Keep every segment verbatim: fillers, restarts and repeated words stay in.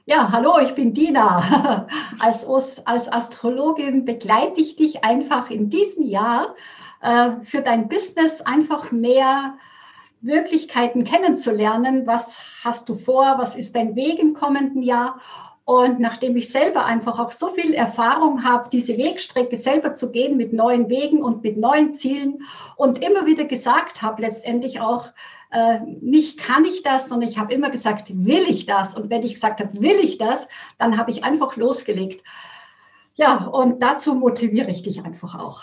Ja, hallo, ich bin Dina. Als, als Astrologin begleite ich dich einfach in diesem Jahr äh, für dein Business einfach mehr Möglichkeiten kennenzulernen. Was hast du vor? Was ist dein Weg im kommenden Jahr? Und nachdem ich selber einfach auch so viel Erfahrung habe, diese Wegstrecke selber zu gehen mit neuen Wegen und mit neuen Zielen und immer wieder gesagt habe, letztendlich auch, äh, nicht kann ich das, sondern ich habe immer gesagt, will ich das? Und wenn ich gesagt habe, will ich das, dann habe ich einfach losgelegt. Ja, und dazu motiviere ich dich einfach auch.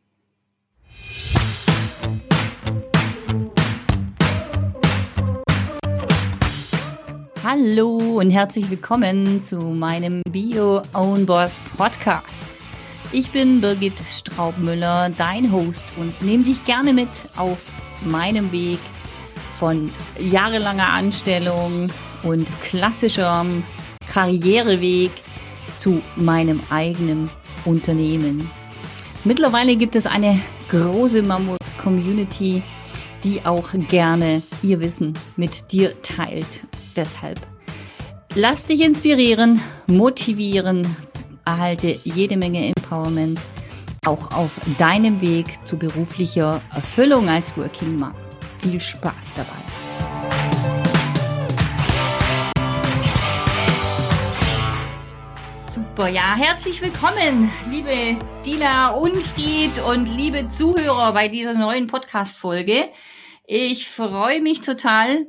Hallo und herzlich willkommen zu meinem Bio Own Boss Podcast. Ich bin Birgit Straubmüller, dein Host, und nehme dich gerne mit auf meinem Weg von jahrelanger Anstellung und klassischerem Karriereweg zu meinem eigenen Unternehmen. Mittlerweile gibt es eine große Mammuts-Community, die auch gerne ihr Wissen mit dir teilt. Deshalb lass dich inspirieren, motivieren, erhalte jede Menge Empowerment, auch auf deinem Weg zu beruflicher Erfüllung als Working Mom. Viel Spaß dabei. Super, ja, herzlich willkommen, liebe Dina Unfried und liebe Zuhörer bei dieser neuen Podcast-Folge. Ich freue mich total.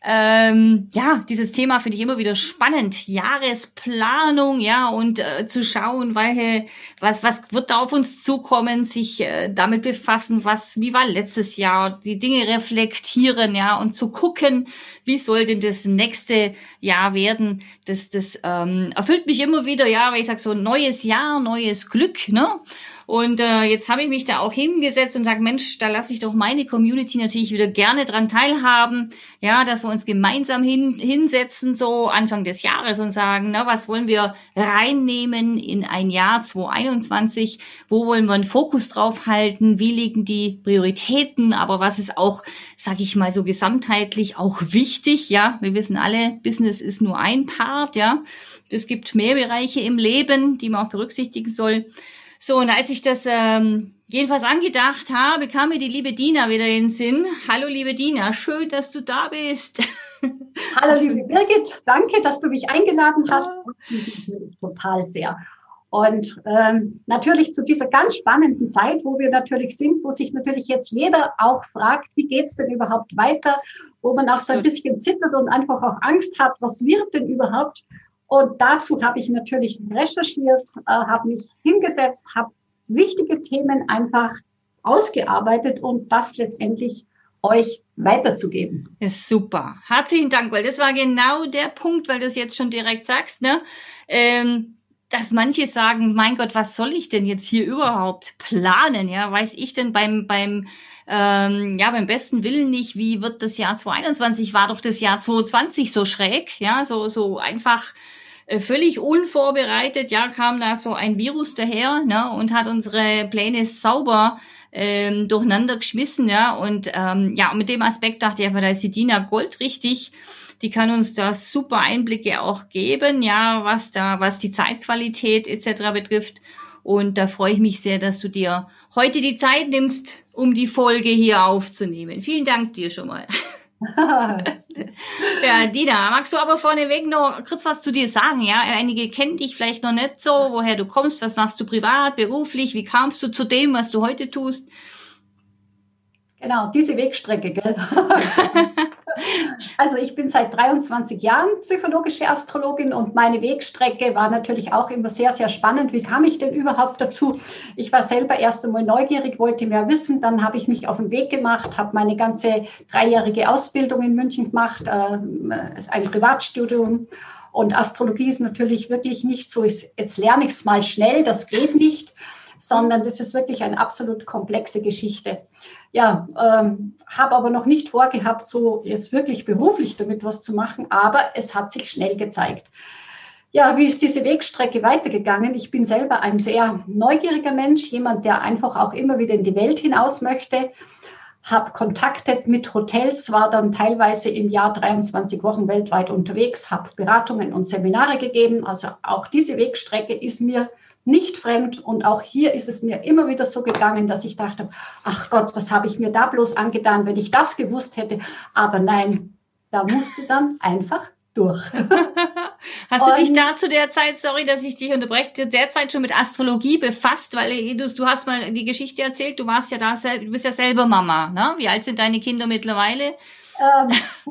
Ähm, ja, dieses Thema finde ich immer wieder spannend. Jahresplanung, ja, und äh, zu schauen, welche, was, was wird da auf uns zukommen, sich äh, damit befassen, was, wie war letztes Jahr, die Dinge reflektieren, ja, und zu gucken, wie soll denn das nächste Jahr werden. Das, das ähm, erfüllt mich immer wieder, ja, weil ich sage so, neues Jahr, neues Glück, ne? Und äh, jetzt habe ich mich da auch hingesetzt und sage, Mensch, da lasse ich doch meine Community natürlich wieder gerne dran teilhaben, ja, dass wir uns gemeinsam hin, hinsetzen so Anfang des Jahres und sagen, na, was wollen wir reinnehmen in ein Jahr zwanzig einundzwanzig, wo wollen wir einen Fokus drauf halten, wie liegen die Prioritäten, aber was ist auch, sage ich mal so gesamtheitlich auch wichtig, ja, wir wissen alle, Business ist nur ein Part, ja, es gibt mehr Bereiche im Leben, die man auch berücksichtigen soll. So, und als ich das ähm, jedenfalls angedacht habe, kam mir die liebe Dina wieder in den Sinn. Hallo, liebe Dina, schön, dass du da bist. Hallo, liebe Birgit, danke, dass du mich eingeladen hast. Ja. Total sehr. Und ähm, natürlich zu dieser ganz spannenden Zeit, wo wir natürlich sind, wo sich natürlich jetzt jeder auch fragt, wie geht's denn überhaupt weiter, wo man auch so ein bisschen zittert und einfach auch Angst hat, was wird denn überhaupt? Und dazu habe ich natürlich recherchiert, äh, habe mich hingesetzt, habe wichtige Themen einfach ausgearbeitet und das letztendlich euch weiterzugeben. Ist super. Herzlichen Dank, weil das war genau der Punkt, weil du es jetzt schon direkt sagst, ne? Ähm, dass manche sagen, mein Gott, was soll ich denn jetzt hier überhaupt planen? Ja, weiß ich denn beim beim ähm, ja beim besten Willen nicht, wie wird das Jahr zwanzig einundzwanzig? War doch das Jahr zwanzig zwanzig so schräg, ja, so so einfach völlig unvorbereitet, ja, kam da so ein Virus daher, ne, und hat unsere Pläne sauber ähm, durcheinander geschmissen, ja, und ähm, ja, mit dem Aspekt dachte ich einfach, da ist die Dina goldrichtig, die kann uns da super Einblicke auch geben, ja, was da, was die Zeitqualität et cetera betrifft, und da freue ich mich sehr, dass du dir heute die Zeit nimmst, um die Folge hier aufzunehmen. Vielen Dank dir schon mal. Ja, Dina, magst du aber vorneweg noch kurz was zu dir sagen? Ja, einige kennen dich vielleicht noch nicht so, woher du kommst, was machst du privat, beruflich, wie kamst du zu dem, was du heute tust? Genau, diese Wegstrecke, gell? Also ich bin seit dreiundzwanzig Jahren psychologische Astrologin und meine Wegstrecke war natürlich auch immer sehr, sehr spannend. Wie kam ich denn überhaupt dazu? Ich war selber erst einmal neugierig, wollte mehr wissen. Dann habe ich mich auf den Weg gemacht, habe meine ganze dreijährige Ausbildung in München gemacht, äh, ein Privatstudium. Und Astrologie ist natürlich wirklich nicht so, jetzt lerne ich es mal schnell, das geht nicht, sondern das ist wirklich eine absolut komplexe Geschichte. Ja, ähm, habe aber noch nicht vorgehabt, so jetzt wirklich beruflich damit was zu machen, aber es hat sich schnell gezeigt. Ja, wie ist diese Wegstrecke weitergegangen? Ich bin selber ein sehr neugieriger Mensch, jemand, der einfach auch immer wieder in die Welt hinaus möchte, habe Kontakte mit Hotels, war dann teilweise im Jahr dreiundzwanzig Wochen weltweit unterwegs, habe Beratungen und Seminare gegeben. Also auch diese Wegstrecke ist mir nicht fremd. Und auch hier ist es mir immer wieder so gegangen, dass ich dachte, ach Gott, was habe ich mir da bloß angetan, wenn ich das gewusst hätte. Aber nein, da musst du dann einfach durch. Hast du dich da zu der Zeit, sorry, dass ich dich unterbreche, derzeit schon mit Astrologie befasst? Weil du, du hast mal die Geschichte erzählt, du warst ja da, du bist ja selber Mama, ne? Wie alt sind deine Kinder mittlerweile? Ähm,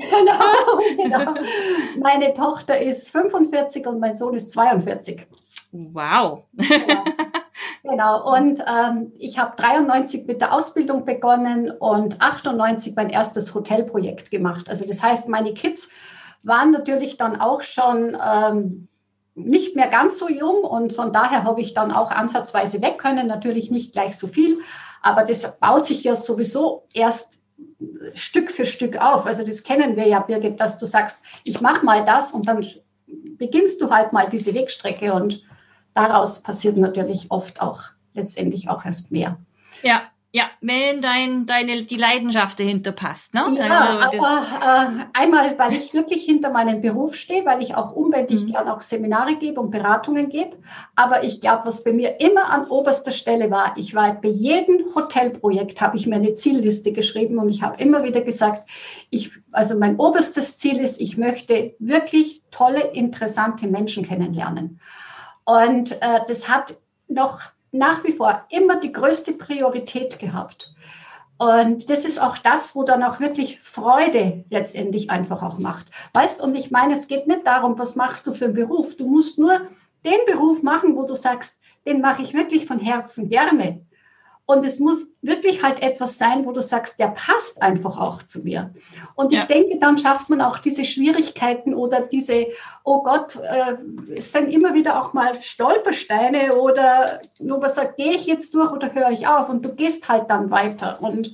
genau, genau. Meine Tochter ist fünfundvierzig und mein Sohn ist zweiundvierzig. Wow. Genau, genau. Und ähm, ich habe dreiundneunzig mit der Ausbildung begonnen und achtundneunzig mein erstes Hotelprojekt gemacht. Also das heißt, meine Kids waren natürlich dann auch schon ähm, nicht mehr ganz so jung und von daher habe ich dann auch ansatzweise weg können, natürlich nicht gleich so viel, aber das baut sich ja sowieso erst Stück für Stück auf. Also das kennen wir ja, Birgit, dass du sagst, ich mache mal das und dann beginnst du halt mal diese Wegstrecke und daraus passiert natürlich oft auch letztendlich auch erst mehr. Ja. Ja, wenn dein, deine, die Leidenschaft dahinter passt, ne? Ja, also aber äh, einmal, weil ich wirklich hinter meinem Beruf stehe, weil ich auch unbändig mhm. gern auch Seminare gebe und Beratungen gebe. Aber ich glaube, was bei mir immer an oberster Stelle war, ich war bei jedem Hotelprojekt, habe ich mir eine Zielliste geschrieben und ich habe immer wieder gesagt, ich, also mein oberstes Ziel ist, ich möchte wirklich tolle, interessante Menschen kennenlernen. Und äh, das hat noch nach wie vor immer die größte Priorität gehabt. Und das ist auch das, wo dann auch wirklich Freude letztendlich einfach auch macht. Weißt, und ich meine, es geht nicht darum, was machst du für einen Beruf. Du musst nur den Beruf machen, wo du sagst, den mache ich wirklich von Herzen gerne. Und es muss wirklich halt etwas sein, wo du sagst, der passt einfach auch zu mir. Und ja. ich denke, dann schafft man auch diese Schwierigkeiten oder diese, oh Gott, äh, es sind immer wieder auch mal Stolpersteine oder nur was sagt, gehe ich jetzt durch oder höre ich auf? Und du gehst halt dann weiter. Und,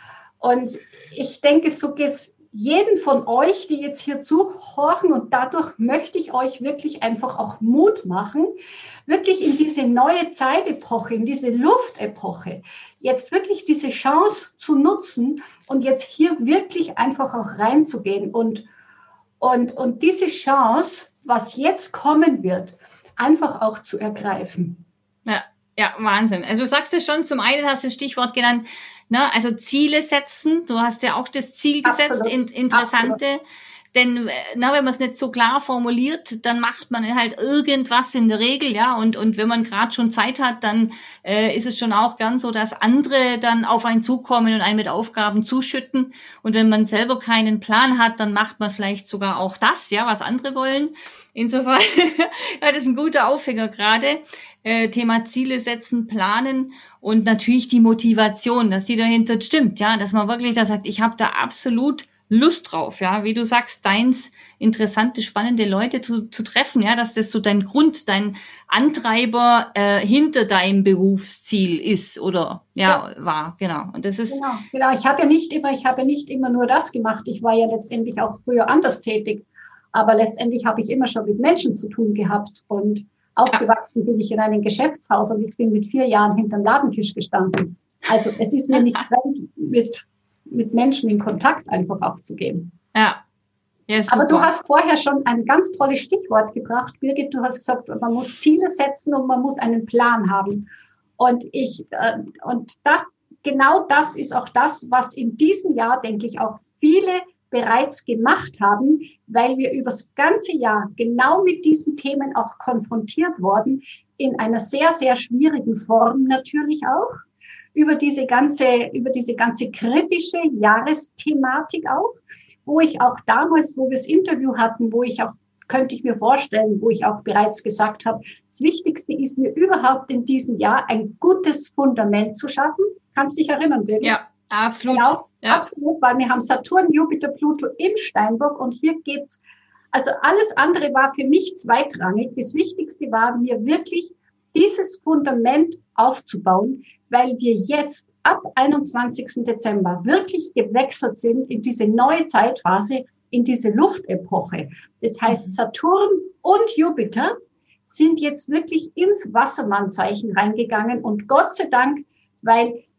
und ich denke, so geht es jeden von euch, die jetzt hier zuhören. Und dadurch möchte ich euch wirklich einfach auch Mut machen, wirklich in diese neue Zeitepoche, in diese Luftepoche, jetzt wirklich diese Chance zu nutzen und jetzt hier wirklich einfach auch reinzugehen und, und, und diese Chance, was jetzt kommen wird, einfach auch zu ergreifen. Ja, ja, Wahnsinn. Also du sagst es schon, zum einen hast du das Stichwort genannt, ne, also Ziele setzen. Du hast ja auch das Ziel gesetzt, in, interessante. Absolut. Denn na, wenn man es nicht so klar formuliert, dann macht man halt irgendwas in der Regel, ja. Und und wenn man gerade schon Zeit hat, dann äh, ist es schon auch gern so, dass andere dann auf einen zukommen und einen mit Aufgaben zuschütten. Und wenn man selber keinen Plan hat, dann macht man vielleicht sogar auch das, ja, was andere wollen. Insofern, ja, das ist ein guter Aufhänger gerade. Äh, Thema Ziele setzen, planen und natürlich die Motivation, dass die dahinter stimmt, ja, dass man wirklich da sagt, ich habe da absolut Lust drauf, ja, wie du sagst, deins interessante, spannende Leute zu, zu treffen, ja, dass das so dein Grund, dein Antreiber äh, hinter deinem Berufsziel ist oder ja, ja, war, genau. Und das ist genau, genau. Ich habe ja nicht immer, ich habe ja nicht immer nur das gemacht. Ich war ja letztendlich auch früher anders tätig, aber letztendlich habe ich immer schon mit Menschen zu tun gehabt und aufgewachsen ja. bin ich in einem Geschäftshaus und ich bin mit vier Jahren hinterm Ladentisch gestanden. Also es ist mir nicht fremd, mit mit Menschen in Kontakt einfach aufzugeben. Ja. Ja, aber du hast vorher schon ein ganz tolles Stichwort gebracht, Birgit. Du hast gesagt, man muss Ziele setzen und man muss einen Plan haben. Und ich, äh, und da, genau das ist auch das, was in diesem Jahr, denke ich, auch viele bereits gemacht haben, weil wir übers ganze Jahr genau mit diesen Themen auch konfrontiert wurden, in einer sehr, sehr schwierigen Form natürlich auch. über diese ganze, über diese ganze kritische Jahresthematik auch, wo ich auch damals, wo wir das Interview hatten, wo ich auch, könnte ich mir vorstellen, wo ich auch bereits gesagt habe, das Wichtigste ist mir überhaupt in diesem Jahr ein gutes Fundament zu schaffen. Kannst dich erinnern, Birgit? Ja, absolut. Genau, ja. absolut, weil wir haben Saturn, Jupiter, Pluto im Steinbock und hier geht's, also alles andere war für mich zweitrangig. Das Wichtigste war mir wirklich, dieses Fundament aufzubauen, weil wir jetzt ab einundzwanzigsten Dezember wirklich gewechselt sind in diese neue Zeitphase, in diese Luftepoche. Das heißt, Saturn und Jupiter sind jetzt wirklich ins Wassermannzeichen reingegangen und Gott sei Dank, weil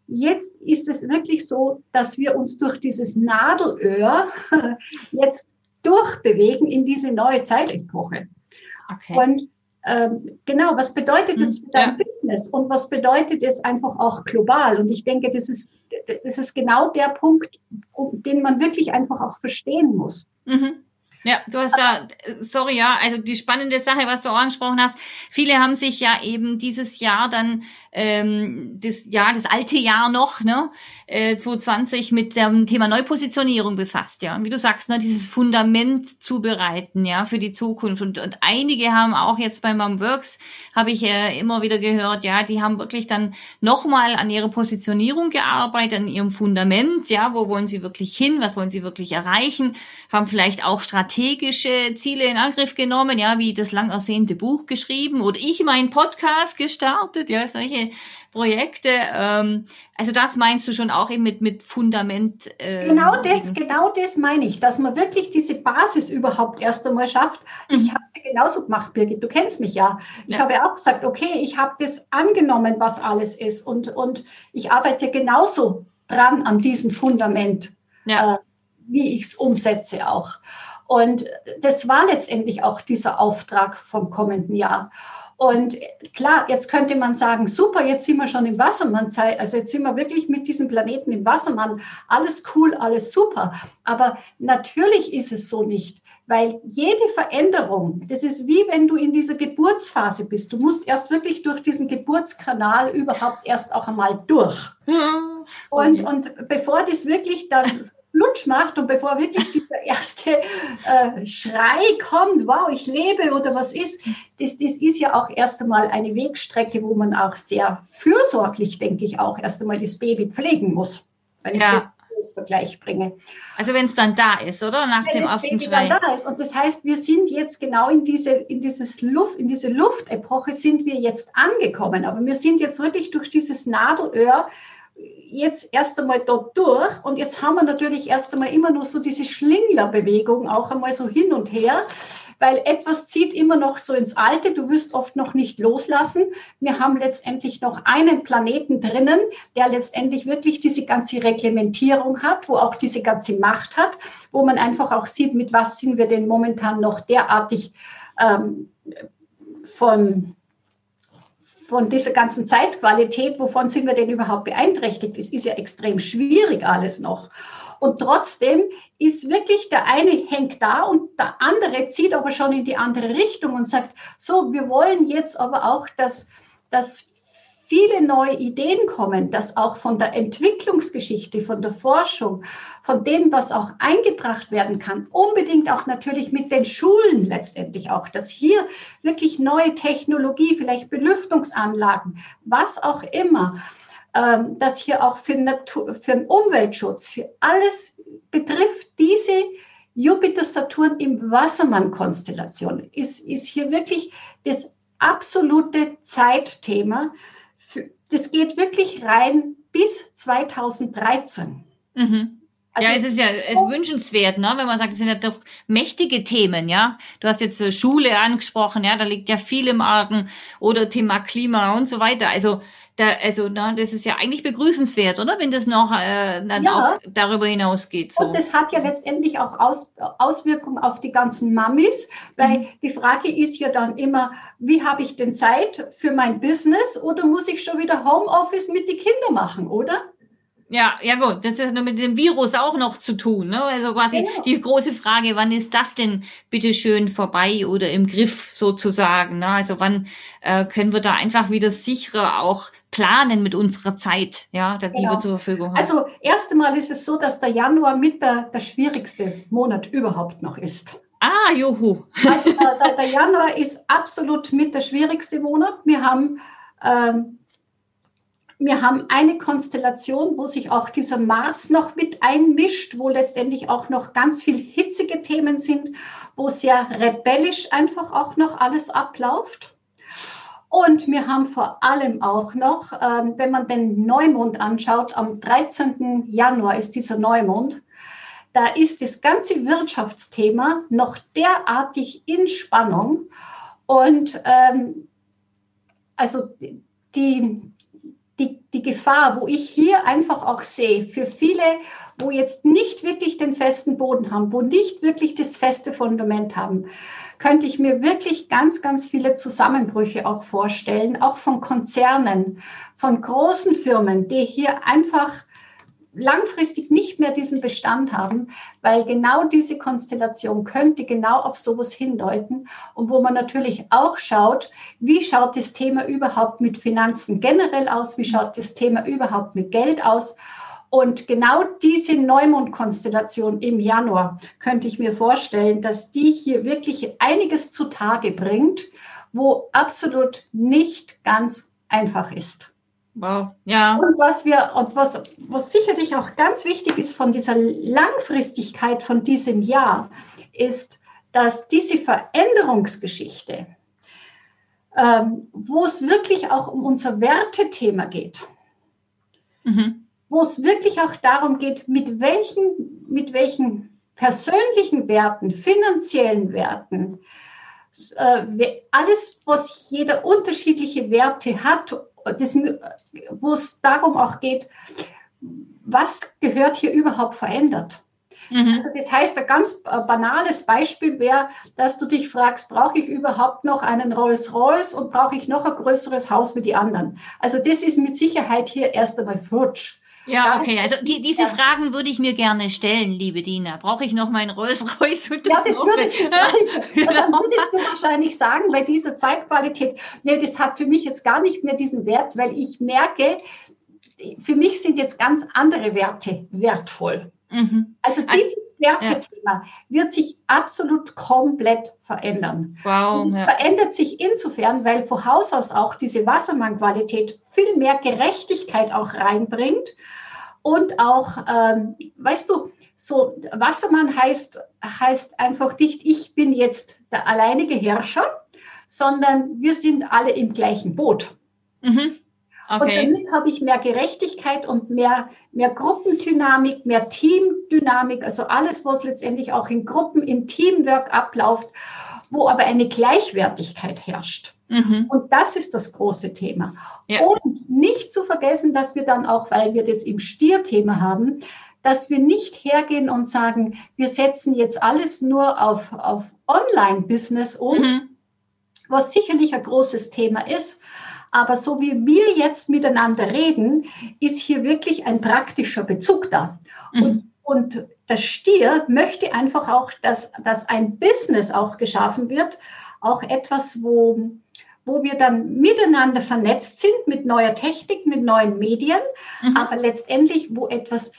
jetzt ist es wirklich so, dass wir uns durch dieses Nadelöhr jetzt durchbewegen in diese neue Zeitepoche. Okay. Und ähm, genau, was bedeutet das für dein ja. Business und was bedeutet es einfach auch global? Und ich denke, das ist, das ist genau der Punkt, den man wirklich einfach auch verstehen muss. Mhm. Ja, du hast ja, sorry, ja, also die spannende Sache, was du auch angesprochen hast, viele haben sich ja eben dieses Jahr dann, ähm, das Jahr, das alte Jahr noch, ne, äh, zwanzig zwanzig mit dem Thema Neupositionierung befasst, ja, und wie du sagst, ne, dieses Fundament zubereiten, ja, für die Zukunft und, und einige haben auch jetzt bei Momworks, habe ich äh, immer wieder gehört, ja, die haben wirklich dann nochmal an ihrer Positionierung gearbeitet, an ihrem Fundament, ja, wo wollen sie wirklich hin, was wollen sie wirklich erreichen, haben vielleicht auch Strategien, strategische Ziele in Angriff genommen, ja, wie das lang ersehnte Buch geschrieben oder ich meinen Podcast gestartet, ja, solche Projekte. Ähm, also das meinst du schon auch eben mit, mit Fundament? Äh, genau das, genau das meine ich, dass man wirklich diese Basis überhaupt erst einmal schafft. Mhm. Ich habe es genauso gemacht, Birgit, du kennst mich ja. Ich ja. habe auch gesagt, okay, ich habe das angenommen, was alles ist und, und ich arbeite genauso dran an diesem Fundament, ja. äh, wie ich es umsetze auch. Und das war letztendlich auch dieser Auftrag vom kommenden Jahr. Und klar, jetzt könnte man sagen, super, jetzt sind wir schon im Wassermann-Zeit, also jetzt sind wir wirklich mit diesem Planeten im Wassermann, alles cool, alles super. Aber natürlich ist es so nicht, weil jede Veränderung, das ist wie wenn du in dieser Geburtsphase bist. Du musst erst wirklich durch diesen Geburtskanal überhaupt erst auch einmal durch. Ja, okay. Und, und bevor das wirklich dann Flutsch macht und bevor wirklich dieser erste äh, Schrei kommt, wow, ich lebe oder was ist, das, das ist ja auch erst einmal eine Wegstrecke, wo man auch sehr fürsorglich, denke ich, auch erst einmal das Baby pflegen muss, wenn ich ja. das als Vergleich bringe. Also wenn es dann da ist, oder? Nach wenn dem das ersten Baby Schrei. Dann da ist. Und das heißt, wir sind jetzt genau in diese, in dieses Luft, in diese Luftepoche sind wir jetzt angekommen. Aber wir sind jetzt wirklich durch dieses Nadelöhr jetzt erst einmal dort durch und jetzt haben wir natürlich erst einmal immer nur so diese Schlinglerbewegung auch einmal so hin und her, weil etwas zieht immer noch so ins Alte, du wirst oft noch nicht loslassen. Wir haben letztendlich noch einen Planeten drinnen, der letztendlich wirklich diese ganze Reglementierung hat, wo auch diese ganze Macht hat, wo man einfach auch sieht, mit was sind wir denn momentan noch derartig ähm, von von dieser ganzen Zeitqualität, wovon sind wir denn überhaupt beeinträchtigt? Es ist ja extrem schwierig alles noch. Und trotzdem ist wirklich der eine hängt da und der andere zieht aber schon in die andere Richtung und sagt, so, wir wollen jetzt aber auch, dass, dass viele neue Ideen kommen, dass auch von der Entwicklungsgeschichte, von der Forschung, von dem, was auch eingebracht werden kann, unbedingt auch natürlich mit den Schulen letztendlich auch, dass hier wirklich neue Technologie, vielleicht Belüftungsanlagen, was auch immer, ähm, dass hier auch für, Natur, für den Umweltschutz, für alles betrifft diese Jupiter-Saturn im Wassermann-Konstellation, ist, ist hier wirklich das absolute Zeitthema. Das geht wirklich rein bis zweitausenddreizehn. Mhm. Also, ja, es ist ja es ist wünschenswert, ne, wenn man sagt, es sind ja doch mächtige Themen, ja. Du hast jetzt äh, Schule angesprochen, ja, da liegt ja viel im Argen oder Thema Klima und so weiter. Also da, also na, das ist ja eigentlich begrüßenswert, oder, wenn das noch äh, dann ja. auch darüber hinausgeht. So. Und das hat ja letztendlich auch Aus, Auswirkungen auf die ganzen Mamis, weil mhm. die Frage ist ja dann immer, wie habe ich denn Zeit für mein Business oder muss ich schon wieder Homeoffice mit den Kindern machen, oder? Ja, ja gut, das ist nur mit dem Virus auch noch zu tun, ne? Also quasi genau. Die große Frage, wann ist das denn bitteschön vorbei oder im Griff sozusagen, ne? Also wann äh, können wir da einfach wieder sicherer auch planen mit unserer Zeit, ja, die genau. wir zur Verfügung haben. Also erst einmal ist es so, dass der Januar mit der, der schwierigste Monat überhaupt noch ist. Ah, juhu. Also der, der Januar ist absolut mit der schwierigste Monat. Wir haben ähm, Wir haben eine Konstellation, wo sich auch dieser Mars noch mit einmischt, wo letztendlich auch noch ganz viel hitzige Themen sind, wo sehr rebellisch einfach auch noch alles abläuft. Und wir haben vor allem auch noch, ähm, wenn man den Neumond anschaut, am dreizehnten Januar ist dieser Neumond, da ist das ganze Wirtschaftsthema noch derartig in Spannung. Und ähm, also die die, die Gefahr, wo ich hier einfach auch sehe, für viele, wo jetzt nicht wirklich den festen Boden haben, wo nicht wirklich das feste Fundament haben, könnte ich mir wirklich ganz, ganz viele Zusammenbrüche auch vorstellen, auch von Konzernen, von großen Firmen, die hier einfach langfristig nicht mehr diesen Bestand haben, weil genau diese Konstellation könnte genau auf sowas hindeuten und wo man natürlich auch schaut, wie schaut das Thema überhaupt mit Finanzen generell aus, wie schaut das Thema überhaupt mit Geld aus. Und genau diese Neumond-Konstellation im Januar könnte ich mir vorstellen, dass die hier wirklich einiges zutage bringt, wo absolut nicht ganz einfach ist. Wow, ja. Und was wir, und was, was sicherlich auch ganz wichtig ist von dieser Langfristigkeit von diesem Jahr, ist, dass diese Veränderungsgeschichte, ähm, wo es wirklich auch um unser Wertethema geht, mhm. wo es wirklich auch darum geht, mit welchen, mit welchen persönlichen Werten, finanziellen Werten, äh, alles, was jeder unterschiedliche Werte hat, das, wo es darum auch geht, was gehört hier überhaupt verändert. Mhm. Also das heißt, ein ganz banales Beispiel wäre, dass du dich fragst, brauche ich überhaupt noch einen Rolls-Royce und brauche ich noch ein größeres Haus wie die anderen? Also das ist mit Sicherheit hier erst einmal futsch. Ja, okay. Also die, diese ja. Fragen würde ich mir gerne stellen, liebe Dina. Brauche ich noch meinen Rolls-Royce? Und das ja, das würdest du, genau. Dann würdest du wahrscheinlich sagen, bei dieser Zeitqualität, nee, das hat für mich jetzt gar nicht mehr diesen Wert, weil ich merke, für mich sind jetzt ganz andere Werte wertvoll. Mhm. Also dieses also, Wertethema ja. wird sich absolut komplett verändern. Wow, und es ja. verändert sich insofern, weil von Haus aus auch diese Wassermann-Qualität viel mehr Gerechtigkeit auch reinbringt. Und auch, ähm, weißt du, so Wassermann heißt, heißt einfach nicht, ich bin jetzt der alleinige Herrscher, sondern wir sind alle im gleichen Boot. Mhm. Okay. Und damit habe ich mehr Gerechtigkeit und mehr, mehr Gruppendynamik, mehr Teamdynamik, also alles, was letztendlich auch in Gruppen, in Teamwork abläuft, wo aber eine Gleichwertigkeit herrscht. Mhm. Und das ist das große Thema. Ja. Und nicht zu vergessen, dass wir dann auch, weil wir das im Stier-Thema haben, dass wir nicht hergehen und sagen, wir setzen jetzt alles nur auf, auf Online-Business um, mhm. was sicherlich ein großes Thema ist. Aber so wie wir jetzt miteinander reden, ist hier wirklich ein praktischer Bezug da. Mhm. Und, und der Stier möchte einfach auch, dass, dass ein Business auch geschaffen wird, auch etwas, wo, wo wir dann miteinander vernetzt sind mit neuer Technik, mit neuen Medien, mhm. aber letztendlich, wo etwas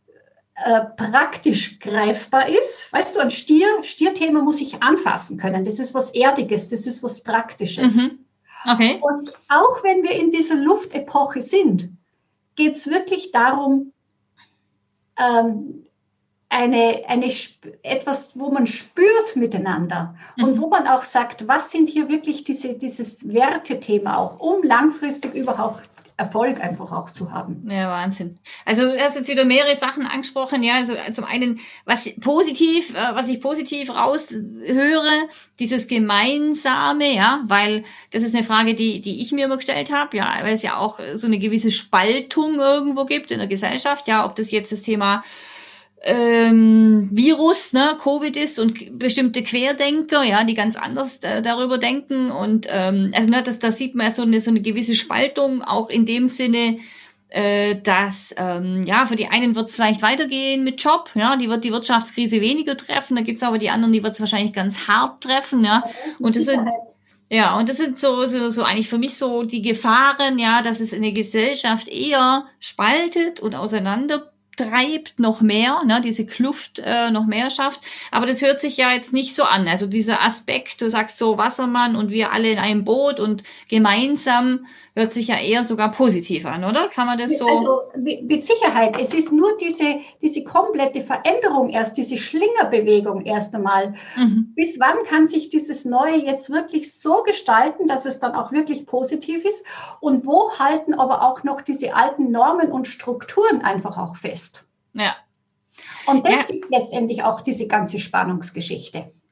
äh, praktisch greifbar ist. Weißt du, ein Stier, Stierthema muss ich anfassen können. Das ist was Erdiges, das ist was Praktisches. Mhm. Okay. Und auch wenn wir in dieser Luftepoche sind, geht es wirklich darum, ähm, eine, eine, etwas, wo man spürt miteinander mhm. und wo man auch sagt, was sind hier wirklich diese, dieses Wertethema auch, um langfristig überhaupt Erfolg einfach auch zu haben. Ja, Wahnsinn. Also du hast jetzt wieder mehrere Sachen angesprochen. Ja, also zum einen, was positiv, äh, was ich positiv raushöre, dieses Gemeinsame, ja, weil das ist eine Frage, die die ich mir immer gestellt habe, ja, weil es ja auch so eine gewisse Spaltung irgendwo gibt in der Gesellschaft, ja, ob das jetzt das Thema ähm, Virus, ne, Covid ist und bestimmte Querdenker, ja, die ganz anders äh, darüber denken und ähm, also ne, das, das sieht man ja so eine so eine gewisse Spaltung auch in dem Sinne, äh, dass ähm, ja für die einen wird es vielleicht weitergehen mit Job, ja, die wird die Wirtschaftskrise weniger treffen, da gibt's aber die anderen, die wird es wahrscheinlich ganz hart treffen, ja, und das sind ja, und das sind so, so, so eigentlich für mich so die Gefahren, ja, dass es eine Gesellschaft eher spaltet und auseinander treibt noch mehr, ne, diese Kluft äh, noch mehr schafft. Aber das hört sich ja jetzt nicht so an. Also dieser Aspekt, du sagst so Wassermann und wir alle in einem Boot und gemeinsam, hört sich ja eher sogar positiv an, oder? Kann man das so? Also mit Sicherheit. Es ist nur diese, diese komplette Veränderung erst, diese Schlingerbewegung erst einmal. Mhm. Bis wann kann sich dieses Neue jetzt wirklich so gestalten, dass es dann auch wirklich positiv ist? Und wo halten aber auch noch diese alten Normen und Strukturen einfach auch fest? Ja. Und das ja. gibt letztendlich auch diese ganze Spannungsgeschichte.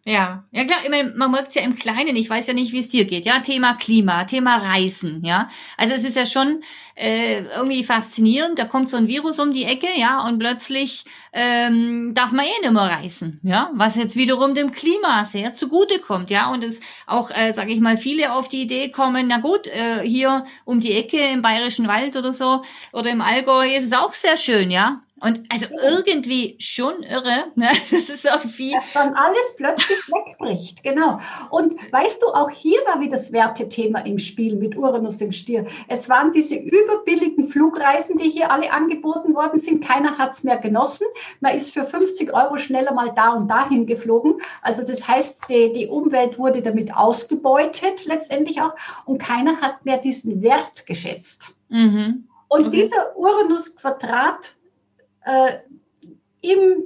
Ja, ja klar, ich meine, man merkt es ja im Kleinen, ich weiß ja nicht, wie es dir geht, ja, Thema Klima, Thema Reisen, ja, also es ist ja schon äh, irgendwie faszinierend, da kommt so ein Virus um die Ecke, ja, und plötzlich ähm, darf man eh nicht mehr reisen, ja, was jetzt wiederum dem Klima sehr zugutekommt, ja, und es auch, äh, sage ich mal, viele auf die Idee kommen, na gut, äh, hier um die Ecke im Bayerischen Wald oder so, oder im Allgäu ist es auch sehr schön, ja. Und also irgendwie schon irre, ne? Das ist irgendwie... Dass dann alles plötzlich wegbricht, genau. Und weißt du, auch hier war wieder das Wertethema im Spiel mit Uranus im Stier. Es waren diese überbilligen Flugreisen, die hier alle angeboten worden sind. Keiner hat es mehr genossen. Man ist für fünfzig Euro schneller mal da und dahin geflogen. Also das heißt, die, die Umwelt wurde damit ausgebeutet letztendlich auch. Und keiner hat mehr diesen Wert geschätzt. Mhm. Und Okay. dieser Uranus-Quadrat Äh, im,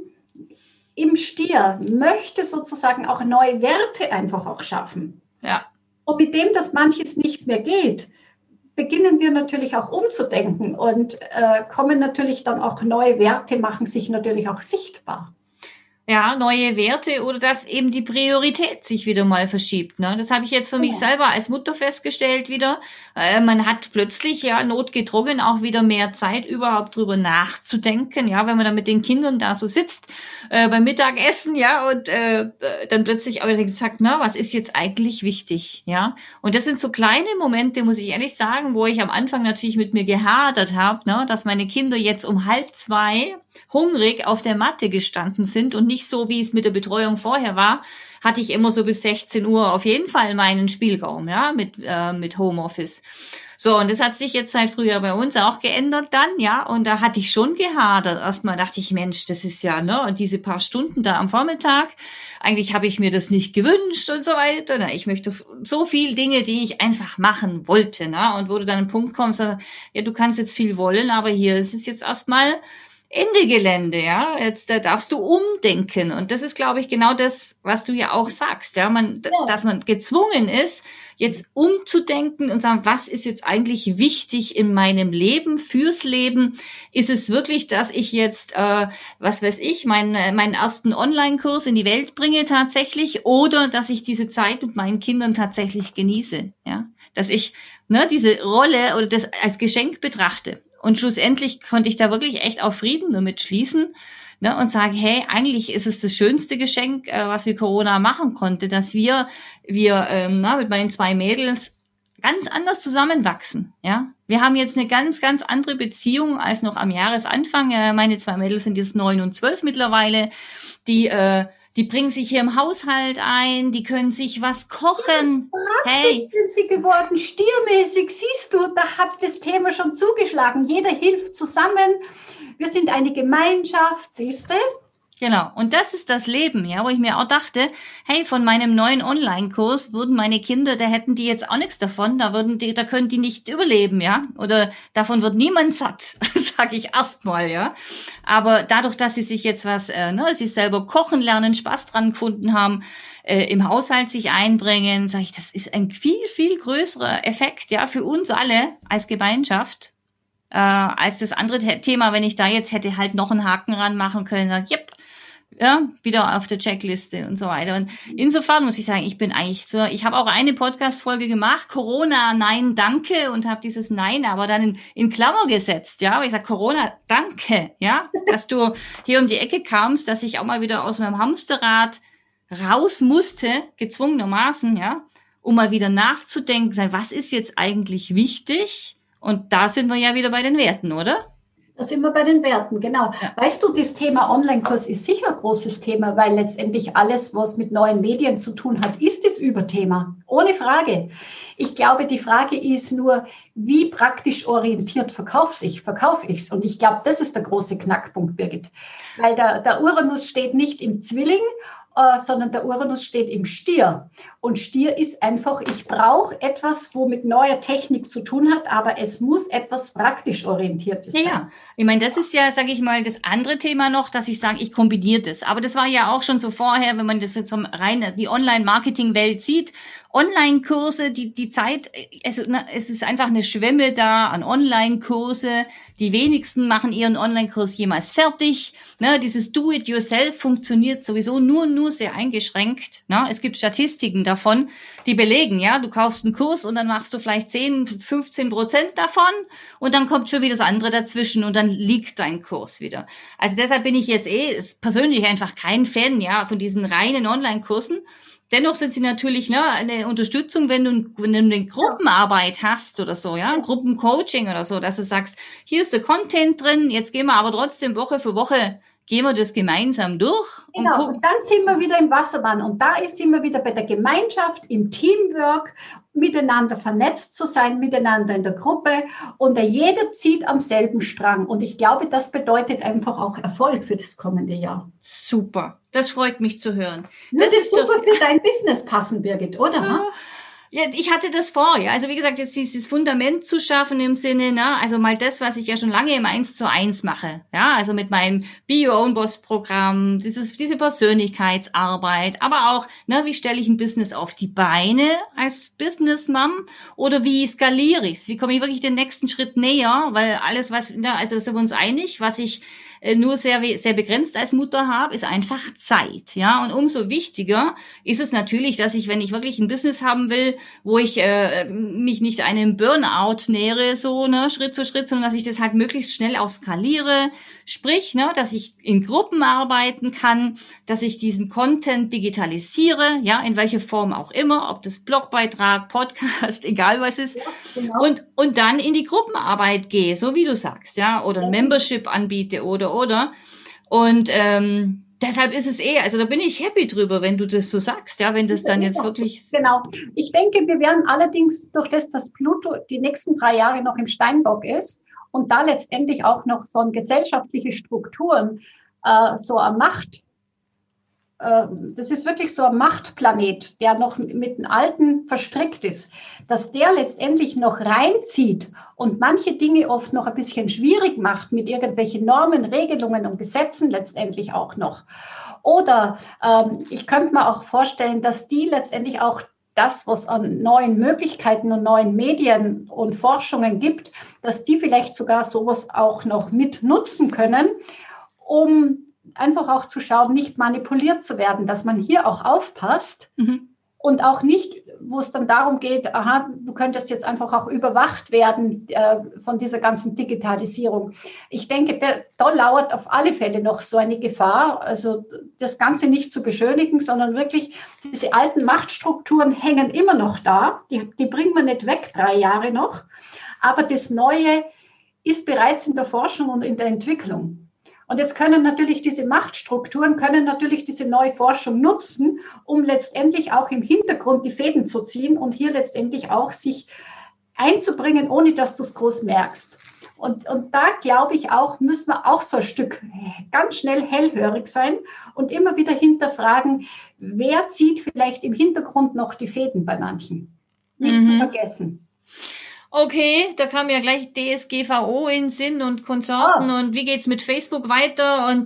im Stier möchte sozusagen auch neue Werte einfach auch schaffen. Ja. Und mit dem, dass manches nicht mehr geht, beginnen wir natürlich auch umzudenken und äh, kommen natürlich dann auch neue Werte, machen sich natürlich auch sichtbar. Ja, neue Werte oder dass eben die Priorität sich wieder mal verschiebt. Ne? Das habe ich jetzt für mich Ja. selber als Mutter festgestellt wieder. Äh, man hat plötzlich ja notgedrungen auch wieder mehr Zeit, überhaupt drüber nachzudenken. Ja, wenn man dann mit den Kindern da so sitzt äh, beim Mittagessen, ja, und äh, dann plötzlich aber gesagt, na, was ist jetzt eigentlich wichtig? Ja, und das sind so kleine Momente, muss ich ehrlich sagen, wo ich am Anfang natürlich mit mir gehadert habe, ne, dass meine Kinder jetzt um halb zwei hungrig auf der Matte gestanden sind und nicht so, wie es mit der Betreuung vorher war, hatte ich immer so bis sechzehn Uhr auf jeden Fall meinen Spielraum, ja, mit, äh, mit Homeoffice. So, und das hat sich jetzt seit Frühjahr bei uns auch geändert dann, ja, und da hatte ich schon gehadert. Erstmal dachte ich, Mensch, das ist ja, ne, und diese paar Stunden da am Vormittag, eigentlich habe ich mir das nicht gewünscht und so weiter, ne, ich möchte so viel Dinge, die ich einfach machen wollte, ne, und wo du dann an den Punkt kommst, ja, du kannst jetzt viel wollen, aber hier ist es jetzt erstmal Ende Gelände, ja. Jetzt da darfst du umdenken. Und das ist, glaube ich, genau das, was du ja auch sagst, ja. Man, Ja. dass man gezwungen ist, jetzt umzudenken und sagen, was ist jetzt eigentlich wichtig in meinem Leben, fürs Leben? Ist es wirklich, dass ich jetzt, äh, was weiß ich, meinen, meinen ersten Online-Kurs in die Welt bringe tatsächlich, oder dass ich diese Zeit mit meinen Kindern tatsächlich genieße, ja. Dass ich, ne, diese Rolle oder das als Geschenk betrachte. Und schlussendlich konnte ich da wirklich echt auch Frieden damit schließen, ne, und sagen, hey, eigentlich ist es das schönste Geschenk, äh, was wir Corona machen konnte, dass wir wir ähm, na, mit meinen zwei Mädels ganz anders zusammenwachsen. Ja, wir haben jetzt eine ganz ganz andere Beziehung als noch am Jahresanfang. Äh, meine zwei Mädels sind jetzt neun und zwölf mittlerweile. Die äh, Die bringen sich hier im Haushalt ein, die können sich was kochen. Hey, sind sie geworden, stiermäßig, siehst du, da hat das Thema schon zugeschlagen. Jeder hilft zusammen. Wir sind eine Gemeinschaft, siehst du? genau. Und das ist das Leben, ja, wo ich mir auch dachte, hey, von meinem neuen Online-Kurs würden meine Kinder, da hätten die jetzt auch nichts davon, da würden die, da können die nicht überleben, ja, oder davon wird niemand satt, sage ich erstmal, ja. Aber dadurch, dass sie sich jetzt was, äh, ne, sie selber kochen lernen, Spaß dran gefunden haben, äh, im Haushalt sich einbringen, sage ich, das ist ein viel, viel größerer Effekt, ja, für uns alle als Gemeinschaft, äh, als das andere Thema, wenn ich da jetzt hätte halt noch einen Haken ranmachen können, sag, yep, ja, wieder auf der Checkliste und so weiter. Und insofern muss ich sagen, ich bin eigentlich so, ich habe auch eine Podcast-Folge gemacht, Corona, nein, danke, und habe dieses Nein aber dann in, in Klammer gesetzt, ja, aber ich sage, Corona, danke, ja, dass du hier um die Ecke kamst, dass ich auch mal wieder aus meinem Hamsterrad raus musste, gezwungenermaßen, ja, um mal wieder nachzudenken, sagen, was ist jetzt eigentlich wichtig? Und da sind wir ja wieder bei den Werten, oder? Da sind wir bei den Werten, genau. Ja. Weißt du, das Thema Online-Kurs ist sicher ein großes Thema, weil letztendlich alles, was mit neuen Medien zu tun hat, ist das Überthema. Ohne Frage. Ich glaube, die Frage ist nur, wie praktisch orientiert verkaufe ich verkaufe ich es? Und ich glaube, das ist der große Knackpunkt, Birgit. Weil der, der Uranus steht nicht im Zwilling, äh, sondern der Uranus steht im Stier. Und Stier ist einfach, ich brauche etwas, wo mit neuer Technik zu tun hat, aber es muss etwas praktisch Orientiertes sein. Ja, ja. Ich meine, das ist ja, sage ich mal, das andere Thema noch, dass ich sage, ich kombiniere das. Aber das war ja auch schon so vorher, wenn man das jetzt rein die Online-Marketing-Welt sieht. Online-Kurse, die die Zeit, also na, es ist einfach eine Schwemme da an Online-Kurse. Die wenigsten machen ihren Online-Kurs jemals fertig. Ne, dieses Do-it-yourself funktioniert sowieso nur nur sehr eingeschränkt. Ne? Es gibt Statistiken davon, die belegen, ja, du kaufst einen Kurs und dann machst du vielleicht zehn, fünfzehn Prozent davon und dann kommt schon wieder das andere dazwischen und dann liegt dein Kurs wieder. Also deshalb bin ich jetzt eh persönlich einfach kein Fan, ja, von diesen reinen Online-Kursen. Dennoch sind sie natürlich, ne, eine Unterstützung, wenn du, wenn du eine Gruppenarbeit hast oder so, ja, ein Gruppencoaching oder so, dass du sagst, hier ist der Content drin, jetzt gehen wir aber trotzdem Woche für Woche, gehen wir das gemeinsam durch. Genau, und, und dann sind wir wieder im Wasserbahn und da ist immer wieder bei der Gemeinschaft, im Teamwork, miteinander vernetzt zu sein, miteinander in der Gruppe und jeder zieht am selben Strang und ich glaube, das bedeutet einfach auch Erfolg für das kommende Jahr. Super, das freut mich zu hören. Würde das ist super doch für dein Business passen, Birgit, oder? Ja. Ja, ich hatte das vor, ja. Also wie gesagt, jetzt dieses Fundament zu schaffen im Sinne, ne, also mal das, was ich ja schon lange im eins zu eins mache, ja, also mit meinem Be Your Own Boss Programm, dieses, diese Persönlichkeitsarbeit, aber auch, ne, wie stelle ich ein Business auf die Beine als Business Mom oder wie skaliere ich's? Wie komme ich wirklich den nächsten Schritt näher? Weil alles, was, ne, also da sind wir uns einig, was ich nur sehr, sehr begrenzt als Mutter habe, ist einfach Zeit, ja. Und umso wichtiger ist es natürlich, dass ich, wenn ich wirklich ein Business haben will, wo ich äh, mich nicht einem Burnout nähere, so, ne, Schritt für Schritt, sondern dass ich das halt möglichst schnell auch skaliere. Sprich, ne, dass ich in Gruppen arbeiten kann, dass ich diesen Content digitalisiere, ja, in welcher Form auch immer, ob das Blogbeitrag, Podcast, egal was ist, ja, genau. und und dann in die Gruppenarbeit gehe, so wie du sagst, ja, oder ein Membership anbiete oder oder und ähm, deshalb ist es eh, also da bin ich happy drüber, wenn du das so sagst, ja, wenn das dann jetzt wirklich... Genau. Ich denke, wir werden allerdings durch das, dass Pluto die nächsten drei Jahre noch im Steinbock ist und da letztendlich auch noch von gesellschaftlichen Strukturen äh, so eine Macht, äh, das ist wirklich so ein Machtplanet, der noch mit dem Alten verstrickt ist, dass der letztendlich noch reinzieht und manche Dinge oft noch ein bisschen schwierig macht mit irgendwelchen Normen, Regelungen und Gesetzen letztendlich auch noch. Oder ähm, ich könnte mir auch vorstellen, dass die letztendlich auch das, was an neuen Möglichkeiten und neuen Medien und Forschungen gibt, dass die vielleicht sogar sowas auch noch mit nutzen können, um einfach auch zu schauen, nicht manipuliert zu werden, dass man hier auch aufpasst mhm. und auch nicht, wo es dann darum geht, aha, du könntest jetzt einfach auch überwacht werden äh, von dieser ganzen Digitalisierung. Ich denke, der, da lauert auf alle Fälle noch so eine Gefahr, also das Ganze nicht zu beschönigen, sondern wirklich, diese alten Machtstrukturen hängen immer noch da, die, die bringen wir nicht weg, drei Jahre noch, aber das Neue ist bereits in der Forschung und in der Entwicklung. Und jetzt können natürlich diese Machtstrukturen, können natürlich diese neue Forschung nutzen, um letztendlich auch im Hintergrund die Fäden zu ziehen und hier letztendlich auch sich einzubringen, ohne dass du es groß merkst. Und, und da glaube ich auch, müssen wir auch so ein Stück ganz schnell hellhörig sein und immer wieder hinterfragen, wer zieht vielleicht im Hintergrund noch die Fäden bei manchen. Nicht mhm. zu vergessen. Okay, da kam ja gleich D S G V O in Sinn und Konsorten oh. und wie geht's mit Facebook weiter und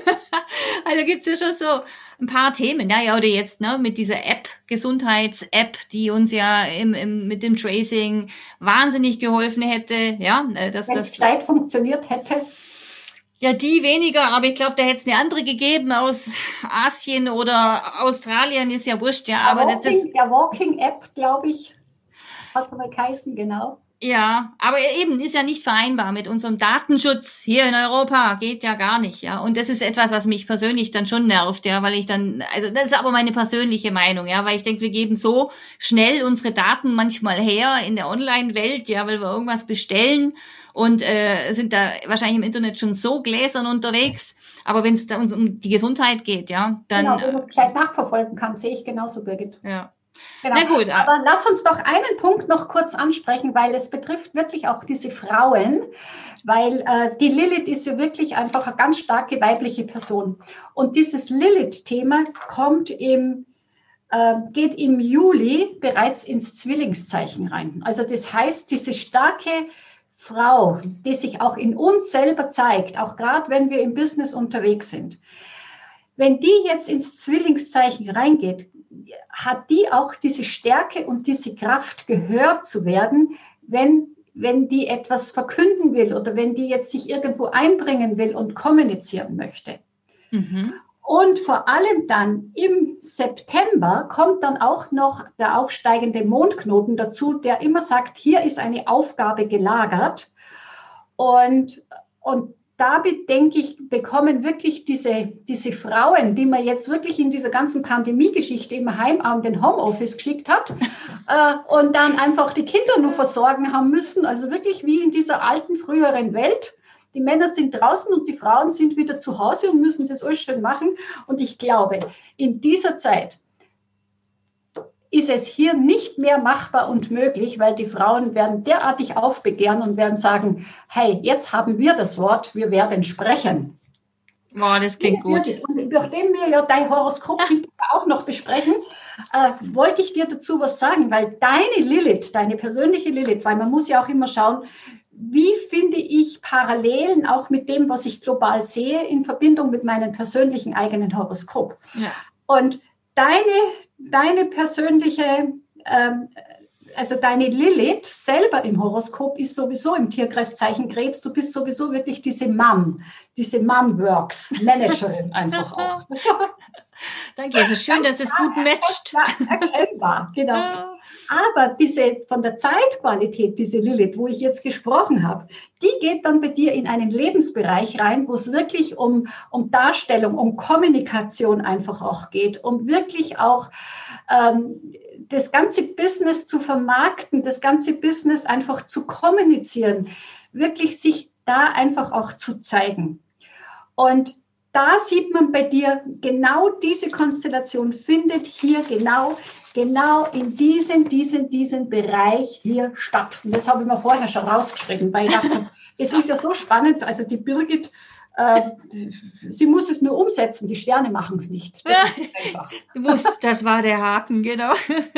also gibt's ja schon so ein paar Themen, ja, ja, oder jetzt, ne, mit dieser App, Gesundheits-App, die uns ja im, im, mit dem Tracing wahnsinnig geholfen hätte, ja, dass Wenn das Zeit funktioniert hätte. Ja, die weniger, aber ich glaube, da hätte es eine andere gegeben aus Asien oder Australien, ist ja wurscht, ja, aber Walking, das, das der Walking-App, glaube ich. Hat es aber geheißen, genau. Ja, aber eben ist ja nicht vereinbar mit unserem Datenschutz hier in Europa, geht ja gar nicht, ja. Und das ist etwas, was mich persönlich dann schon nervt, ja, weil ich dann, also das ist aber meine persönliche Meinung, ja, weil ich denke, wir geben so schnell unsere Daten manchmal her in der Online-Welt, ja, weil wir irgendwas bestellen und äh, sind da wahrscheinlich im Internet schon so gläsern unterwegs. Aber wenn es da uns um die Gesundheit geht, ja, dann... Genau, wenn man es gleich nachverfolgen kann, sehe ich genauso, Birgit. Ja. Genau. Na gut, aber lass uns doch einen Punkt noch kurz ansprechen, weil es betrifft wirklich auch diese Frauen, weil äh, die Lilith ist ja wirklich einfach eine ganz starke weibliche Person. Und dieses Lilith-Thema kommt im, äh, geht im Juli bereits ins Zwillingszeichen rein. Also das heißt, diese starke Frau, die sich auch in uns selber zeigt, auch gerade wenn wir im Business unterwegs sind, wenn die jetzt ins Zwillingszeichen reingeht, hat die auch diese Stärke und diese Kraft, gehört zu werden, wenn, wenn die etwas verkünden will oder wenn die jetzt sich irgendwo einbringen will und kommunizieren möchte. Mhm. Und vor allem dann im September kommt dann auch noch der aufsteigende Mondknoten dazu, der immer sagt, hier ist eine Aufgabe gelagert. Und, und damit, denke ich, bekommen wirklich diese, diese Frauen, die man jetzt wirklich in dieser ganzen Pandemie-Geschichte im Heim an den Homeoffice geschickt hat äh, und dann einfach die Kinder nur versorgen haben müssen, also wirklich wie in dieser alten, früheren Welt. Die Männer sind draußen und die Frauen sind wieder zu Hause und müssen das alles schön machen. Und ich glaube, in dieser Zeit ist es hier nicht mehr machbar und möglich, weil die Frauen werden derartig aufbegehren und werden sagen, hey, jetzt haben wir das Wort, wir werden sprechen. Wow, das klingt gut. Und nachdem wir ja dein Horoskop auch noch besprechen, äh, wollte ich dir dazu was sagen, weil deine Lilith, deine persönliche Lilith, weil man muss ja auch immer schauen, wie finde ich Parallelen auch mit dem, was ich global sehe, in Verbindung mit meinem persönlichen eigenen Horoskop. Ja. Und deine, deine persönliche, ähm, also deine Lilith selber im Horoskop ist sowieso im Tierkreiszeichen Krebs. Du bist sowieso wirklich diese Mom, diese Mom-Works-Managerin einfach auch. Danke, es ist schön, dass es gut matcht. Erkennbar, genau. Aber diese, von der Zeitqualität, diese Lilith, wo ich jetzt gesprochen habe, die geht dann bei dir in einen Lebensbereich rein, wo es wirklich um, um Darstellung, um Kommunikation einfach auch geht, um wirklich auch ähm, das ganze Business zu vermarkten, das ganze Business einfach zu kommunizieren, wirklich sich da einfach auch zu zeigen. Und da sieht man bei dir, genau diese Konstellation findet hier genau, genau in diesem, diesem, diesem Bereich hier statt. Und das habe ich mir vorher schon rausgeschrieben, weil ich dachte, das ist ja so spannend. Also die Birgit, äh, sie muss es nur umsetzen, die Sterne machen es nicht. Das ist einfach. Du musst, das war der Haken, genau.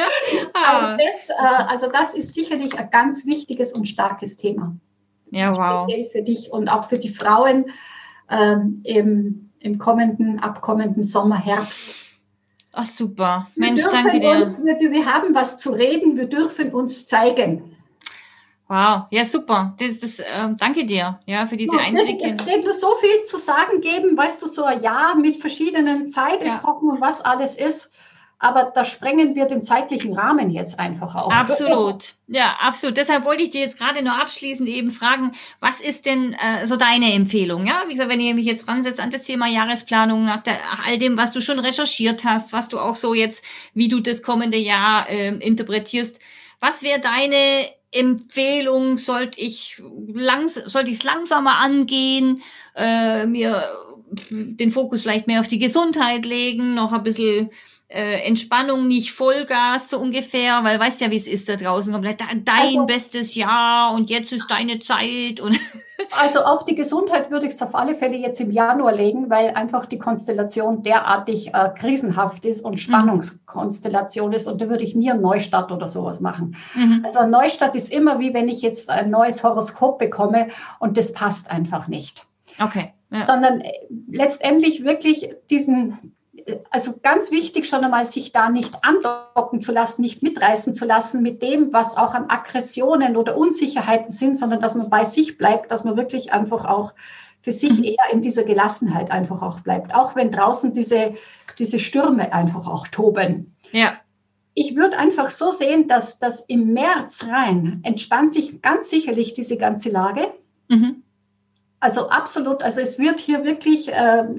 also, das, äh, also das ist sicherlich ein ganz wichtiges und starkes Thema. Ja, wow. Speziell für dich und auch für die Frauen äh, im im kommenden, abkommenden Sommer, Herbst. Ach, super. Mensch, danke dir. Uns, wir, wir haben was zu reden, wir dürfen uns zeigen. Wow, ja, super. Das, das, äh, danke dir, ja, für diese ja, Einblicke. Es geht nur so viel zu sagen geben, weißt du, so ein Jahr mit verschiedenen Zeitepochen ja. und was alles ist. Aber da sprengen wir den zeitlichen Rahmen jetzt einfach auch. Absolut, ja, absolut. Deshalb wollte ich dir jetzt gerade nur abschließend eben fragen, was ist denn äh, so deine Empfehlung? Ja, wie gesagt, wenn ihr mich jetzt ransetzt an das Thema Jahresplanung, nach, der, nach all dem, was du schon recherchiert hast, was du auch so jetzt, wie du das kommende Jahr äh, interpretierst, was wäre deine Empfehlung? Sollte ich langs sollte ich es langsamer angehen, äh, mir den Fokus vielleicht mehr auf die Gesundheit legen, noch ein bisschen Äh, Entspannung, nicht Vollgas so ungefähr, weil weißt ja, wie es ist da draußen, komplett dein also, bestes Jahr und jetzt ist deine Zeit. Und also auf die Gesundheit würde ich es auf alle Fälle jetzt im Januar legen, weil einfach die Konstellation derartig äh, krisenhaft ist und Spannungskonstellation ist und da würde ich nie einen Neustart oder sowas machen. Mhm. Also ein Neustart ist immer wie wenn ich jetzt ein neues Horoskop bekomme und das passt einfach nicht. Okay. Ja. Sondern äh, letztendlich wirklich diesen Also ganz wichtig schon einmal, sich da nicht andocken zu lassen, nicht mitreißen zu lassen mit dem, was auch an Aggressionen oder Unsicherheiten sind, sondern dass man bei sich bleibt, dass man wirklich einfach auch für sich mhm. eher in dieser Gelassenheit einfach auch bleibt, auch wenn draußen diese, diese Stürme einfach auch toben. Ja. Ich würde einfach so sehen, dass, dass im März rein entspannt sich ganz sicherlich diese ganze Lage. Mhm. Also absolut, also es wird hier wirklich,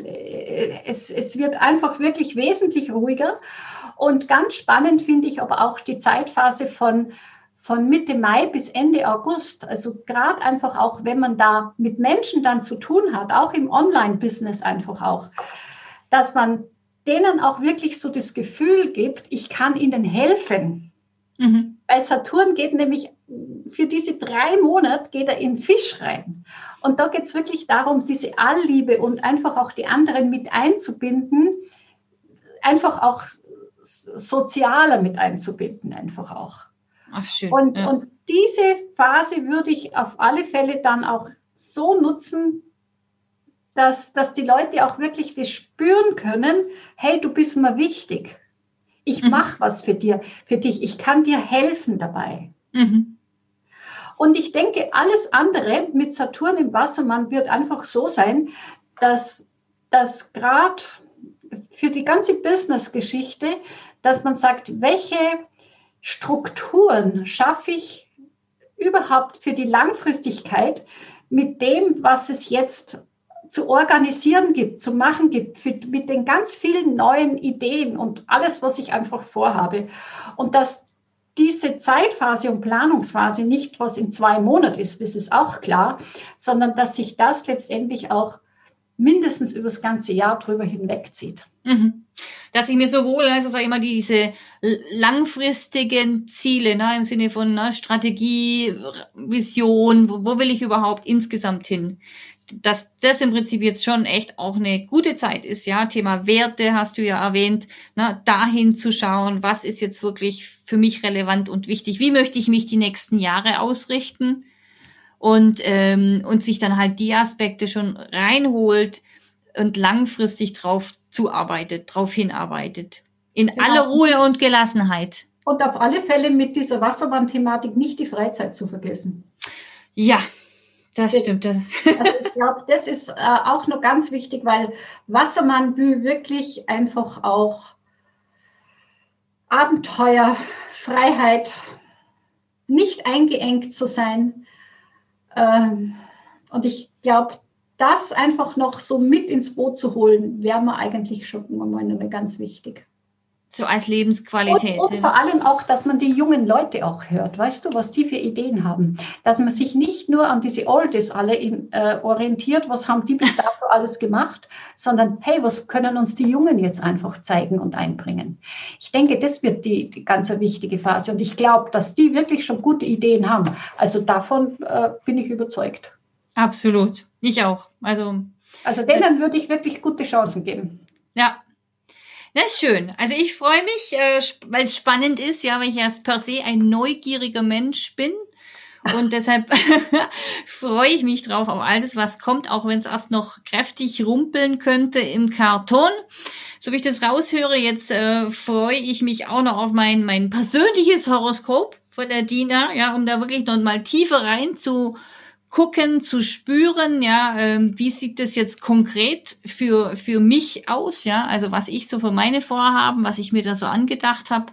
äh, es, es wird einfach wirklich wesentlich ruhiger und ganz spannend finde ich aber auch die Zeitphase von, von Mitte Mai bis Ende August, also gerade einfach auch, wenn man da mit Menschen dann zu tun hat, auch im Online-Business einfach auch, dass man denen auch wirklich so das Gefühl gibt, ich kann ihnen helfen. Mhm. Weil Saturn geht nämlich für diese drei Monate geht er in Fisch rein. Und da geht es wirklich darum, diese Allliebe und einfach auch die anderen mit einzubinden, einfach auch sozialer mit einzubinden, einfach auch. Ach, schön. Und, ja. und diese Phase würde ich auf alle Fälle dann auch so nutzen, dass, dass die Leute auch wirklich das spüren können, hey, du bist mir wichtig. Ich mhm. mache was für dir, für dich. Ich kann dir helfen dabei. Mhm. Und ich denke, alles andere mit Saturn im Wassermann wird einfach so sein, dass das gerade für die ganze Business-Geschichte, dass man sagt, welche Strukturen schaffe ich überhaupt für die Langfristigkeit mit dem, was es jetzt zu organisieren gibt, zu machen gibt, für, mit den ganz vielen neuen Ideen und alles, was ich einfach vorhabe. Und dass diese Zeitphase und Planungsphase nicht was in zwei Monaten ist, das ist auch klar, sondern dass sich das letztendlich auch mindestens über das ganze Jahr drüber hinwegzieht. Mhm. Dass ich mir sowohl, also sage ich mal, diese langfristigen Ziele, ne, im Sinne von ne, Strategie, Vision, wo, wo will ich überhaupt insgesamt hin, dass das im Prinzip jetzt schon echt auch eine gute Zeit ist, ja, Thema Werte hast du ja erwähnt, ne, dahin zu schauen, was ist jetzt wirklich für mich relevant und wichtig, wie möchte ich mich die nächsten Jahre ausrichten und ähm, und sich dann halt die Aspekte schon reinholt und langfristig drauf zuarbeitet, drauf hinarbeitet, in genau. aller Ruhe und Gelassenheit. Und auf alle Fälle mit dieser Wassermann-Thematik nicht die Freizeit zu vergessen. Ja, das stimmt. Also ich glaube, das ist äh, auch noch ganz wichtig, weil Wassermann will wirklich einfach auch Abenteuer, Freiheit, nicht eingeengt zu sein. Ähm, und ich glaube, das einfach noch so mit ins Boot zu holen, wäre mir eigentlich schon mal ganz wichtig. So als Lebensqualität. Und, und vor allem auch, dass man die jungen Leute auch hört, weißt du, was die für Ideen haben. Dass man sich nicht nur an diese Oldies alle in, äh, orientiert, was haben die bis dato alles gemacht, sondern hey, was können uns die Jungen jetzt einfach zeigen und einbringen. Ich denke, das wird die, die ganz wichtige Phase und ich glaube, dass die wirklich schon gute Ideen haben. Also davon äh, bin ich überzeugt. Absolut, ich auch. Also, also denen würde ich wirklich gute Chancen geben. Ja. Das ist schön. Also ich freue mich, äh, weil es spannend ist, ja, weil ich erst per se ein neugieriger Mensch bin. Und deshalb freue ich mich drauf auf alles, was kommt, auch wenn es erst noch kräftig rumpeln könnte im Karton. So wie ich das raushöre, jetzt äh, freue ich mich auch noch auf mein mein persönliches Horoskop von der Dina, ja, um da wirklich noch mal tiefer rein zu gucken, zu spüren, ja, ähm, wie sieht das jetzt konkret für für mich aus, ja, also was ich so für meine Vorhaben, was ich mir da so angedacht habe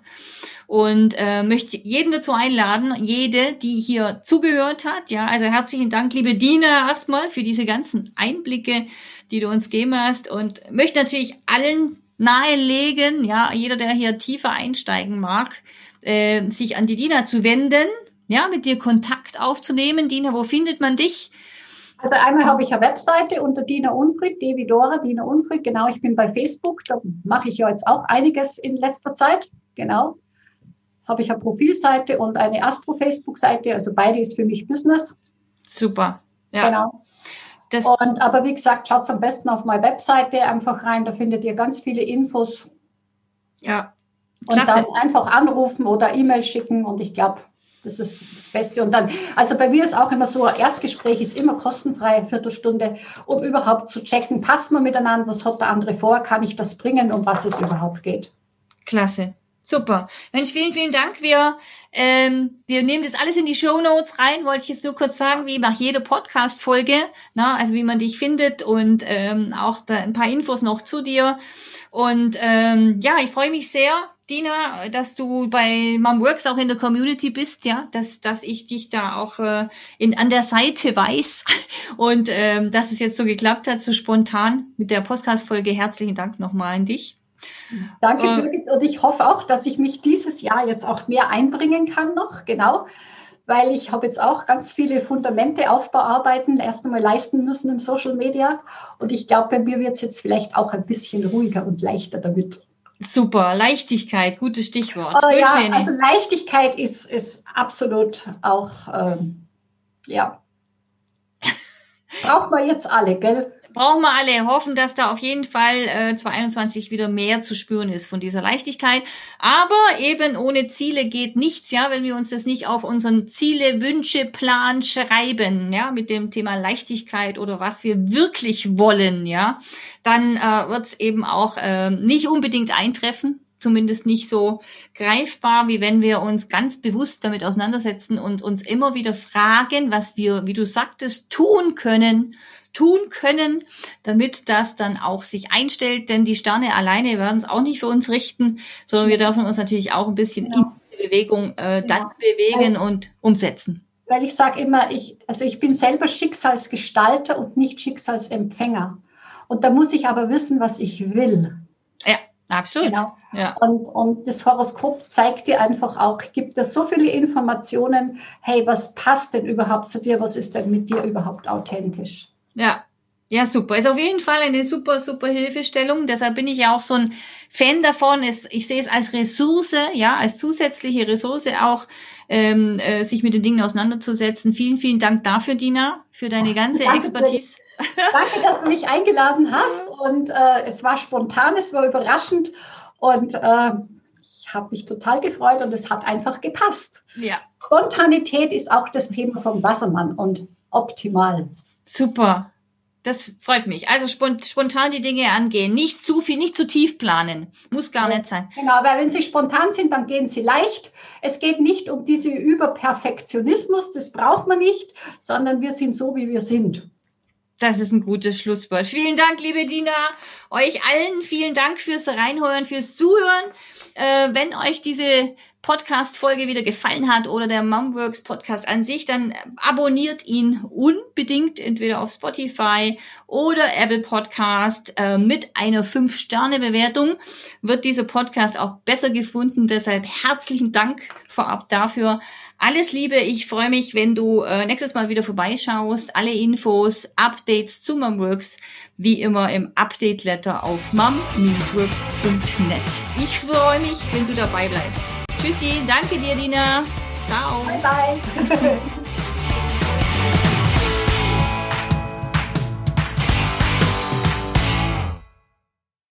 und äh, möchte jeden dazu einladen, jede, die hier zugehört hat, ja, also herzlichen Dank, liebe Dina, erstmal für diese ganzen Einblicke, die du uns gegeben hast und möchte natürlich allen nahelegen, ja, jeder, der hier tiefer einsteigen mag, äh, sich an die Dina zu wenden, ja, mit dir Kontakt aufzunehmen. Dina, wo findet man dich? Also einmal habe ich eine Webseite unter Dina Unfried, D wie Dora, Dina Unfried. Genau, ich bin bei Facebook. Da mache ich ja jetzt auch einiges in letzter Zeit. Genau. Habe ich eine Profilseite und eine Astro-Facebook-Seite. Also beide ist für mich Business. Super. Ja. Genau. Das und, aber wie gesagt, schaut am besten auf meine Webseite einfach rein. Da findet ihr ganz viele Infos. Ja. Klasse. Und dann einfach anrufen oder E-Mail schicken. Und ich glaube, das ist das Beste. Und dann, also bei mir ist auch immer so, ein Erstgespräch ist immer kostenfrei, eine Viertelstunde, um überhaupt zu checken, passen wir miteinander, was hat der andere vor, kann ich das bringen, um was es überhaupt geht. Klasse. Super. Mensch, vielen, vielen Dank. Wir, ähm, wir nehmen das alles in die Shownotes rein, wollte ich jetzt nur kurz sagen, wie nach jeder Podcast-Folge, na, also wie man dich findet und ähm, auch da ein paar Infos noch zu dir. Und ähm, ja, ich freue mich sehr, Dina, dass du bei Momworks auch in der Community bist, ja, dass dass ich dich da auch äh, in an der Seite weiß und ähm, dass es jetzt so geklappt hat, so spontan mit der Podcast-Folge. Herzlichen Dank nochmal an dich. Danke, äh, Birgit, und ich hoffe auch, dass ich mich dieses Jahr jetzt auch mehr einbringen kann noch, genau, weil ich habe jetzt auch ganz viele Fundamente aufbearbeiten, erst einmal leisten müssen im Social Media und ich glaube, bei mir wird es jetzt vielleicht auch ein bisschen ruhiger und leichter damit. Super, Leichtigkeit, gutes Stichwort. Oh, ja, also Leichtigkeit ist, ist absolut auch, ähm, ja, braucht man jetzt alle, gell? Brauchen wir alle, hoffen, dass da auf jeden Fall äh, zwanzig einundzwanzig wieder mehr zu spüren ist von dieser Leichtigkeit. Aber eben ohne Ziele geht nichts, ja, wenn wir uns das nicht auf unseren Ziele-Wünsche-Plan schreiben, ja, mit dem Thema Leichtigkeit oder was wir wirklich wollen, ja, dann äh, wird es eben auch äh, nicht unbedingt eintreffen. zumindest nicht so greifbar, wie wenn wir uns ganz bewusst damit auseinandersetzen und uns immer wieder fragen, was wir, wie du sagtest, tun können, tun können, damit das dann auch sich einstellt, denn die Sterne alleine werden es auch nicht für uns richten, sondern wir dürfen uns natürlich auch ein bisschen ja. in die Bewegung äh, dann ja. bewegen weil, und umsetzen. Weil ich sage immer, ich, also ich bin selber Schicksalsgestalter und nicht Schicksalsempfänger. Und da muss ich aber wissen, was ich will. Ja, absolut. Genau. Ja. Und, und das Horoskop zeigt dir einfach auch, gibt dir so viele Informationen, hey, was passt denn überhaupt zu dir, was ist denn mit dir überhaupt authentisch? Ja, ja, super. Ist auf jeden Fall eine super, super Hilfestellung. Deshalb bin ich ja auch so ein Fan davon. Es, ich sehe es als Ressource, ja, als zusätzliche Ressource auch, ähm, äh, sich mit den Dingen auseinanderzusetzen. Vielen, vielen Dank dafür, Dina, für deine ganze Danke Expertise. Für, danke, dass du mich eingeladen hast. Und äh, es war spontan, es war überraschend. Und äh, ich habe mich total gefreut und es hat einfach gepasst. Ja. Spontanität ist auch das Thema vom Wassermann und optimal. Super. Das freut mich. Also spontan die Dinge angehen. Nicht zu viel, nicht zu tief planen. Muss gar nicht sein. Genau, weil wenn sie spontan sind, dann gehen sie leicht. Es geht nicht um diese Überperfektionismus, das braucht man nicht, sondern wir sind so, wie wir sind. Das ist ein gutes Schlusswort. Vielen Dank, liebe Dina. Euch allen vielen Dank fürs Reinhören, fürs Zuhören. Äh, wenn euch diese Podcast-Folge wieder gefallen hat oder der Momworks Podcast an sich, dann abonniert ihn unbedingt entweder auf Spotify oder Apple Podcast äh, mit einer fünf Sterne Bewertung. Wird dieser Podcast auch besser gefunden. Deshalb herzlichen Dank vorab dafür. Alles Liebe. Ich freue mich, wenn du äh, nächstes Mal wieder vorbeischaust. Alle Infos, Updates zu Momworks wie immer im Update-Letter auf mom Bindestrich works Punkt net. Ich freue mich, wenn du dabei bleibst. Tschüssi, danke dir, Dina. Ciao. Bye, bye.